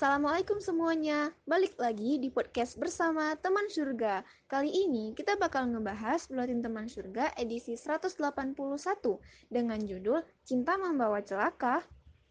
Assalamualaikum semuanya, balik lagi di podcast bersama Teman Surga. Kali ini kita bakal ngebahas Buletin Teman Surga edisi 181 dengan judul Cinta Membawa Celaka.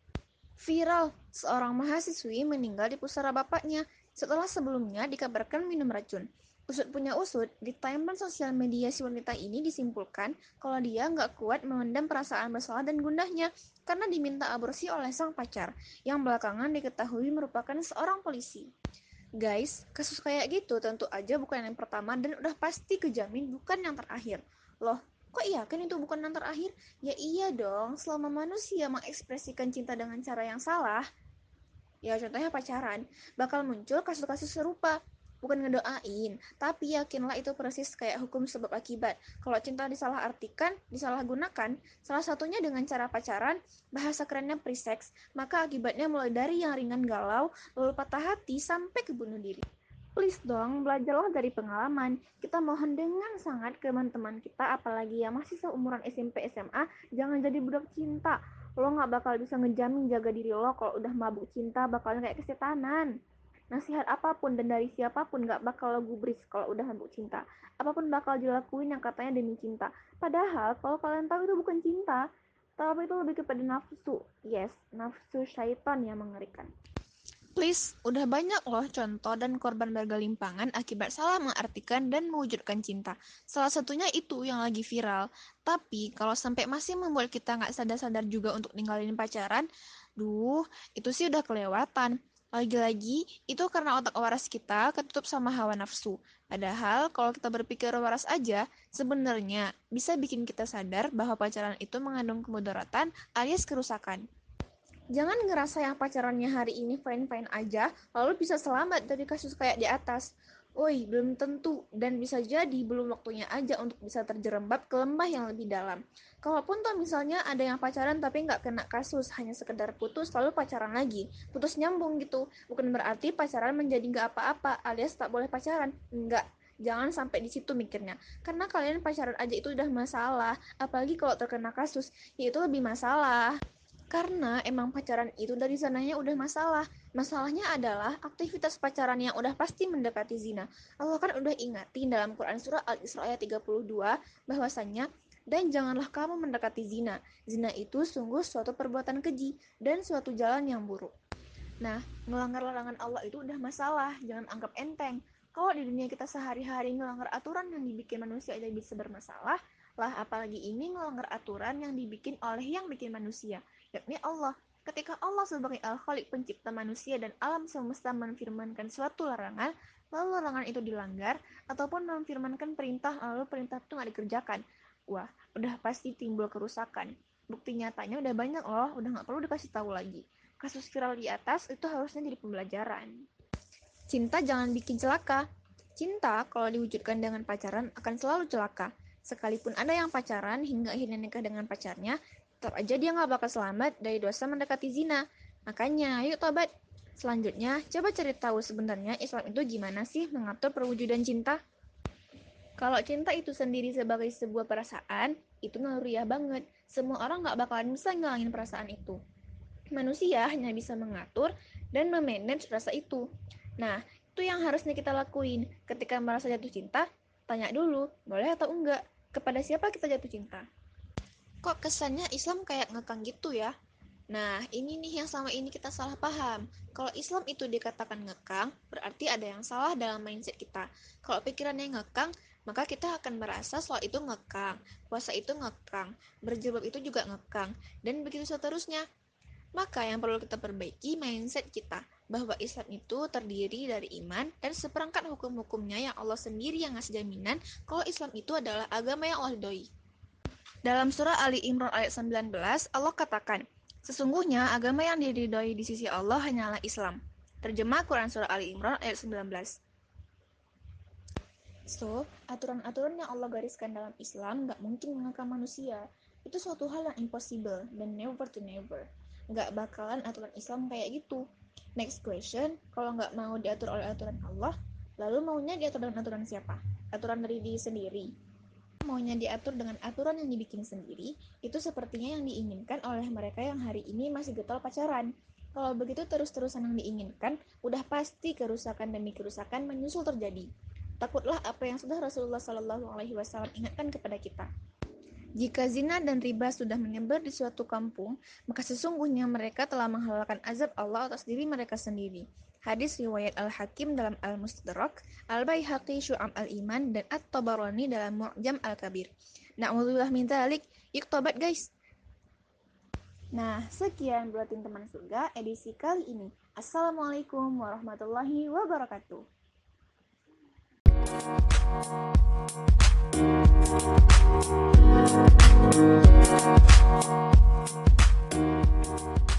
Viral, seorang mahasiswi meninggal di pusara bapaknya setelah sebelumnya dikabarkan minum racun. Usut punya usut, di timeline sosial media si wanita ini disimpulkan kalau dia nggak kuat memendam perasaan bersalah dan gundahnya karena diminta aborsi oleh sang pacar, yang belakangan diketahui merupakan seorang polisi. Guys, kasus kayak gitu tentu aja bukan yang pertama dan udah pasti kejamin bukan yang terakhir. Loh, kok yakin itu bukan yang terakhir? Ya iya dong, selama manusia mengekspresikan cinta dengan cara yang salah, ya contohnya pacaran, bakal muncul kasus-kasus serupa. Bukan ngedoain, tapi yakinlah itu persis kayak hukum sebab akibat. Kalau cinta disalahartikan, disalahgunakan, salah satunya dengan cara pacaran, bahasa kerennya pre-sex, maka akibatnya mulai dari yang ringan galau, lalu patah hati, sampai ke bunuh diri. Please dong, belajarlah dari pengalaman. Kita mohon dengan sangat ke teman-teman kita, apalagi yang masih seumuran SMP SMA, jangan jadi budak cinta. Lo gak bakal bisa ngejamin jaga diri lo kalau udah mabuk cinta, bakalan kayak kesetanan. Nasihat apapun dan dari siapapun gak bakal lo gubris kalau udah mabuk cinta. Apapun bakal dilakuin yang katanya demi cinta. Padahal kalau kalian tahu itu bukan cinta, tapi itu lebih kepada nafsu. Yes, nafsu syaitan yang mengerikan. Please, udah banyak loh contoh dan korban bergelimpangan akibat salah mengartikan dan mewujudkan cinta. Salah satunya itu yang lagi viral. Tapi kalau sampai masih membuat kita nggak sadar-sadar juga untuk ninggalin pacaran, itu sih udah kelewatan. Lagi-lagi, itu karena otak waras kita ketutup sama hawa nafsu. Padahal kalau kita berpikir waras aja, sebenarnya bisa bikin kita sadar bahwa pacaran itu mengandung kemudaratan alias kerusakan. Jangan ngerasa yang pacarannya hari ini fine-fine aja, lalu bisa selamat dari kasus kayak di atas. Woi, belum tentu, dan bisa jadi belum waktunya aja untuk bisa terjerembab ke lembah yang lebih dalam. Kalaupun toh misalnya ada yang pacaran tapi nggak kena kasus, hanya sekedar putus lalu pacaran lagi, putus nyambung gitu, bukan berarti pacaran menjadi nggak apa-apa alias tak boleh pacaran. Nggak, jangan sampai di situ mikirnya. Karena kalian pacaran aja itu udah masalah, apalagi kalau terkena kasus, ya itu lebih masalah. Karena emang pacaran itu dari sananya udah masalah. Masalahnya adalah aktivitas pacaran yang udah pasti mendekati zina. Allah kan udah ingatin dalam Quran surah Al-Isra ayat 32 bahwasanya dan janganlah kamu mendekati zina. Zina itu sungguh suatu perbuatan keji dan suatu jalan yang buruk. Nah, melanggar larangan Allah itu udah masalah, jangan anggap enteng. Kalau di dunia kita sehari-hari ngelanggar aturan yang dibikin manusia aja bisa bermasalah, lah apalagi ini ngelanggar aturan yang dibikin oleh yang bikin manusia, yakni Allah. Ketika Allah sebagai Al-Khaliq pencipta manusia dan alam semesta memfirmankan suatu larangan, lalu larangan itu dilanggar, ataupun memfirmankan perintah lalu perintah itu nggak dikerjakan, wah, udah pasti timbul kerusakan. Bukti nyatanya udah banyak loh, udah nggak perlu dikasih tahu lagi. Kasus viral di atas itu harusnya jadi pembelajaran. Cinta jangan bikin celaka. Cinta kalau diwujudkan dengan pacaran akan selalu celaka. Sekalipun ada yang pacaran hingga akhirnya nikah dengan pacarnya, tetap aja dia nggak bakal selamat dari dosa mendekati zina. Makanya, yuk tobat. Selanjutnya, coba cari tahu sebenarnya Islam itu gimana sih mengatur perwujudan cinta. Kalau cinta itu sendiri sebagai sebuah perasaan, itu naluriah banget. Semua orang nggak bakalan bisa ngilangin perasaan itu. Manusia hanya bisa mengatur dan memanage rasa itu. Nah, itu yang harusnya kita lakuin. Ketika merasa jatuh cinta, tanya dulu, boleh atau enggak, kepada siapa kita jatuh cinta. Kok kesannya Islam kayak ngekang gitu ya? Nah, ini nih yang selama ini kita salah paham. Kalau Islam itu dikatakan ngekang, berarti ada yang salah dalam mindset kita. Kalau pikirannya ngekang, maka kita akan merasa sholat itu ngekang, puasa itu ngekang, berjilbab itu juga ngekang, dan begitu seterusnya. Maka yang perlu kita perbaiki mindset kita, bahwa Islam itu terdiri dari iman dan seperangkat hukum-hukumnya yang Allah sendiri yang ngasih jaminan kalau Islam itu adalah agama yang Allah ridhoi. Dalam surah Ali Imran ayat 19, Allah katakan, sesungguhnya agama yang diridhoi di sisi Allah hanyalah Islam. Terjemah Quran surah Ali Imran ayat 19. So, aturan-aturan yang Allah gariskan dalam Islam gak mungkin mengekang manusia. Itu suatu hal yang impossible dan never to never. Gak bakalan aturan Islam kayak gitu. Next question, kalau gak mau diatur oleh aturan Allah, lalu maunya diatur dengan aturan siapa? Aturan dari diri sendiri. Maunya diatur dengan aturan yang dibikin sendiri, itu sepertinya yang diinginkan oleh mereka yang hari ini masih getol pacaran. Kalau begitu terus-terusan yang diinginkan, udah pasti kerusakan demi kerusakan menyusul terjadi. Takutlah apa yang sudah Rasulullah SAW ingatkan kepada kita. Jika zina dan riba sudah menyebar di suatu kampung, maka sesungguhnya mereka telah menghalalkan azab Allah atas diri mereka sendiri. Hadis riwayat Al-Hakim dalam Al-Mustadrak, Al-Baihaqi Syu'ab Al-Iman, dan At-Tabarani dalam Mu'jam Al-Kabir. Na'udzubillah min dzalik. Yuk tobat guys. Nah, sekian Buletin Teman Surga edisi kali ini. Assalamualaikum warahmatullahi wabarakatuh.